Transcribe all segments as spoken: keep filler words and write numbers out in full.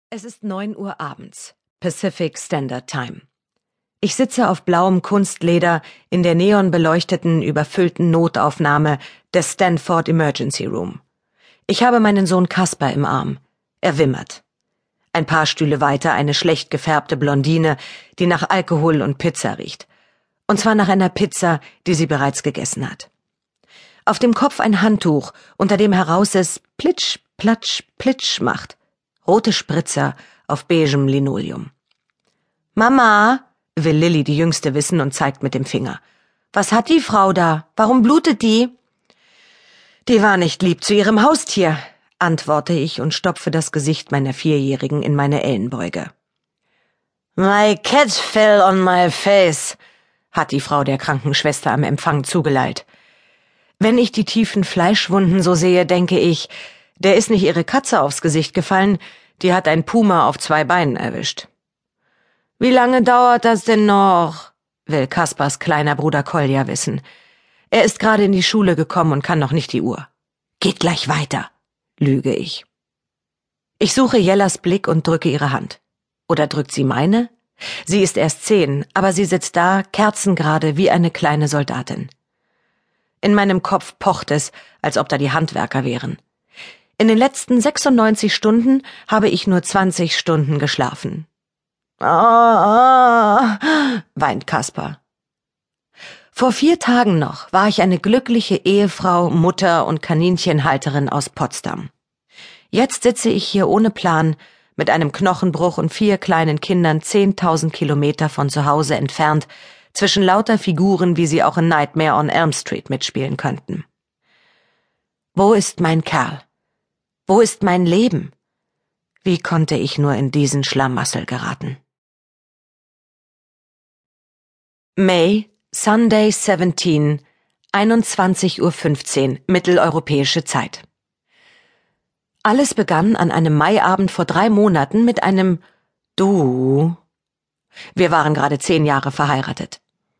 Es ist neun Uhr abends, Pacific Standard Time. Ich sitze auf blauem Kunstleder in der neonbeleuchteten, überfüllten Notaufnahme des Stanford Emergency Room. Ich habe meinen Sohn Kasper im Arm. Er wimmert. Ein paar Stühle weiter eine schlecht gefärbte Blondine, die nach Alkohol und Pizza riecht. Und zwar nach einer Pizza, die sie bereits gegessen hat. Auf dem Kopf ein Handtuch, unter dem heraus es plitsch, platsch, plitsch macht. Rote Spritzer auf beigem Linoleum. »Mama«, will Lilly, die Jüngste, wissen und zeigt mit dem Finger. »Was hat die Frau da? Warum blutet die?« »Die war nicht lieb zu ihrem Haustier«, antworte ich und stopfe das Gesicht meiner Vierjährigen in meine Ellenbeuge. »My cat fell on my face«, hat die Frau der Krankenschwester am Empfang zugelallt. Wenn ich die tiefen Fleischwunden so sehe, denke ich, der ist nicht ihre Katze aufs Gesicht gefallen, die hat ein Puma auf zwei Beinen erwischt. »Wie lange dauert das denn noch?«, will Kaspers kleiner Bruder Kolja wissen. Er ist gerade in die Schule gekommen und kann noch nicht die Uhr. »Geht gleich weiter«, lüge ich. Ich suche Jellas Blick und drücke ihre Hand. Oder drückt sie meine? Sie ist erst zehn, aber sie sitzt da, kerzengerade, wie eine kleine Soldatin. In meinem Kopf pocht es, als ob da die Handwerker wären. In den letzten sechsundneunzig Stunden habe ich nur zwanzig Stunden geschlafen. Ah, ah, weint Kasper. Vor vier Tagen noch war ich eine glückliche Ehefrau, Mutter und Kaninchenhalterin aus Potsdam. Jetzt sitze ich hier ohne Plan, mit einem Knochenbruch und vier kleinen Kindern zehntausend Kilometer von zu Hause entfernt, zwischen lauter Figuren, wie sie auch in Nightmare on Elm Street mitspielen könnten. Wo ist mein Kerl? Wo ist mein Leben? Wie konnte ich nur in diesen Schlamassel geraten? May, Sunday seventeen, einundzwanzig Uhr fünfzehn, mitteleuropäische Zeit. Alles begann an einem Maiabend vor drei Monaten mit einem Du. Wir waren gerade zehn Jahre verheiratet.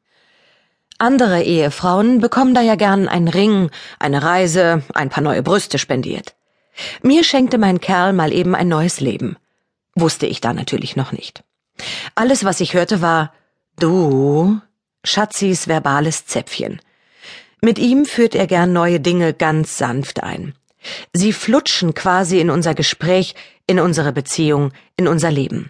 Andere Ehefrauen bekommen da ja gern einen Ring, eine Reise, ein paar neue Brüste spendiert. Mir schenkte mein Kerl mal eben ein neues Leben. Wusste ich da natürlich noch nicht. Alles, was ich hörte, war Du, Schatzis verbales Zäpfchen. Mit ihm führt er gern neue Dinge ganz sanft ein. Sie flutschen quasi in unser Gespräch, in unsere Beziehung, in unser Leben.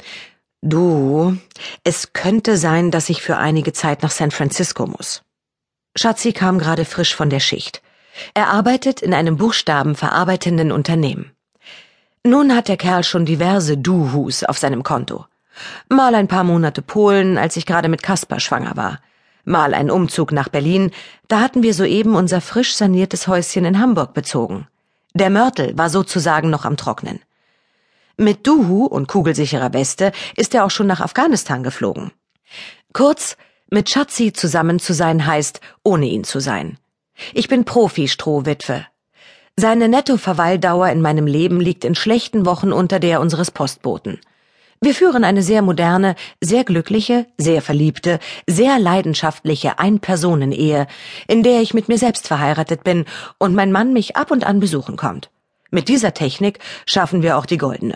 Du, es könnte sein, dass ich für einige Zeit nach San Francisco muss. Schatzi kam gerade frisch von der Schicht. Er arbeitet in einem buchstabenverarbeitenden Unternehmen. Nun hat der Kerl schon diverse Duhus auf seinem Konto. Mal ein paar Monate Polen, als ich gerade mit Kasper schwanger war. Mal ein Umzug nach Berlin, da hatten wir soeben unser frisch saniertes Häuschen in Hamburg bezogen. Der Mörtel war sozusagen noch am Trocknen. Mit Duhu und kugelsicherer Weste ist er auch schon nach Afghanistan geflogen. Kurz, mit Schatzi zusammen zu sein heißt, ohne ihn zu sein. Ich bin Profi-Strohwitwe. Seine Nettoverweildauer in meinem Leben liegt in schlechten Wochen unter der unseres Postboten. Wir führen eine sehr moderne, sehr glückliche, sehr verliebte, sehr leidenschaftliche Ein-Personen-Ehe, in der ich mit mir selbst verheiratet bin und mein Mann mich ab und an besuchen kommt. Mit dieser Technik schaffen wir auch die goldene.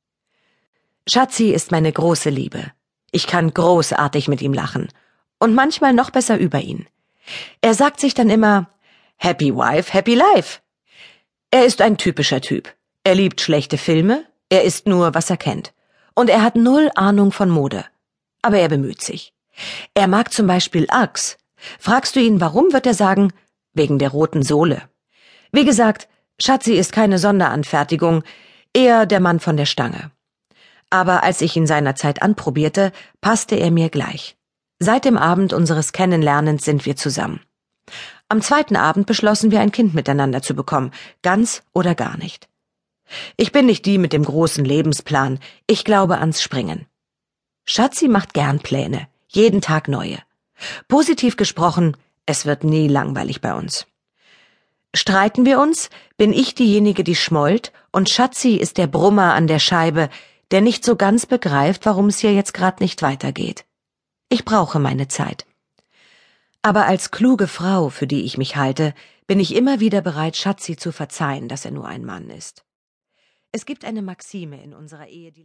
Schatzi ist meine große Liebe. Ich kann großartig mit ihm lachen. Und manchmal noch besser über ihn. Er sagt sich dann immer, Happy Wife, Happy Life. Er ist ein typischer Typ. Er liebt schlechte Filme, er isst nur, was er kennt. Und er hat null Ahnung von Mode. Aber er bemüht sich. Er mag zum Beispiel Uggs. Fragst du ihn, warum, wird er sagen, wegen der roten Sohle. Wie gesagt, Schatzi ist keine Sonderanfertigung, eher der Mann von der Stange. Aber als ich ihn seinerzeit anprobierte, passte er mir gleich. Seit dem Abend unseres Kennenlernens sind wir zusammen. Am zweiten Abend beschlossen wir, ein Kind miteinander zu bekommen, ganz oder gar nicht. Ich bin nicht die mit dem großen Lebensplan, ich glaube ans Springen. Schatzi macht gern Pläne, jeden Tag neue. Positiv gesprochen, es wird nie langweilig bei uns. Streiten wir uns, bin ich diejenige, die schmollt, und Schatzi ist der Brummer an der Scheibe, der nicht so ganz begreift, warum es hier jetzt gerade nicht weitergeht. Ich brauche meine Zeit. Aber als kluge Frau, für die ich mich halte, bin ich immer wieder bereit, Schatzi zu verzeihen, dass er nur ein Mann ist. Es gibt eine Maxime in unserer Ehe, die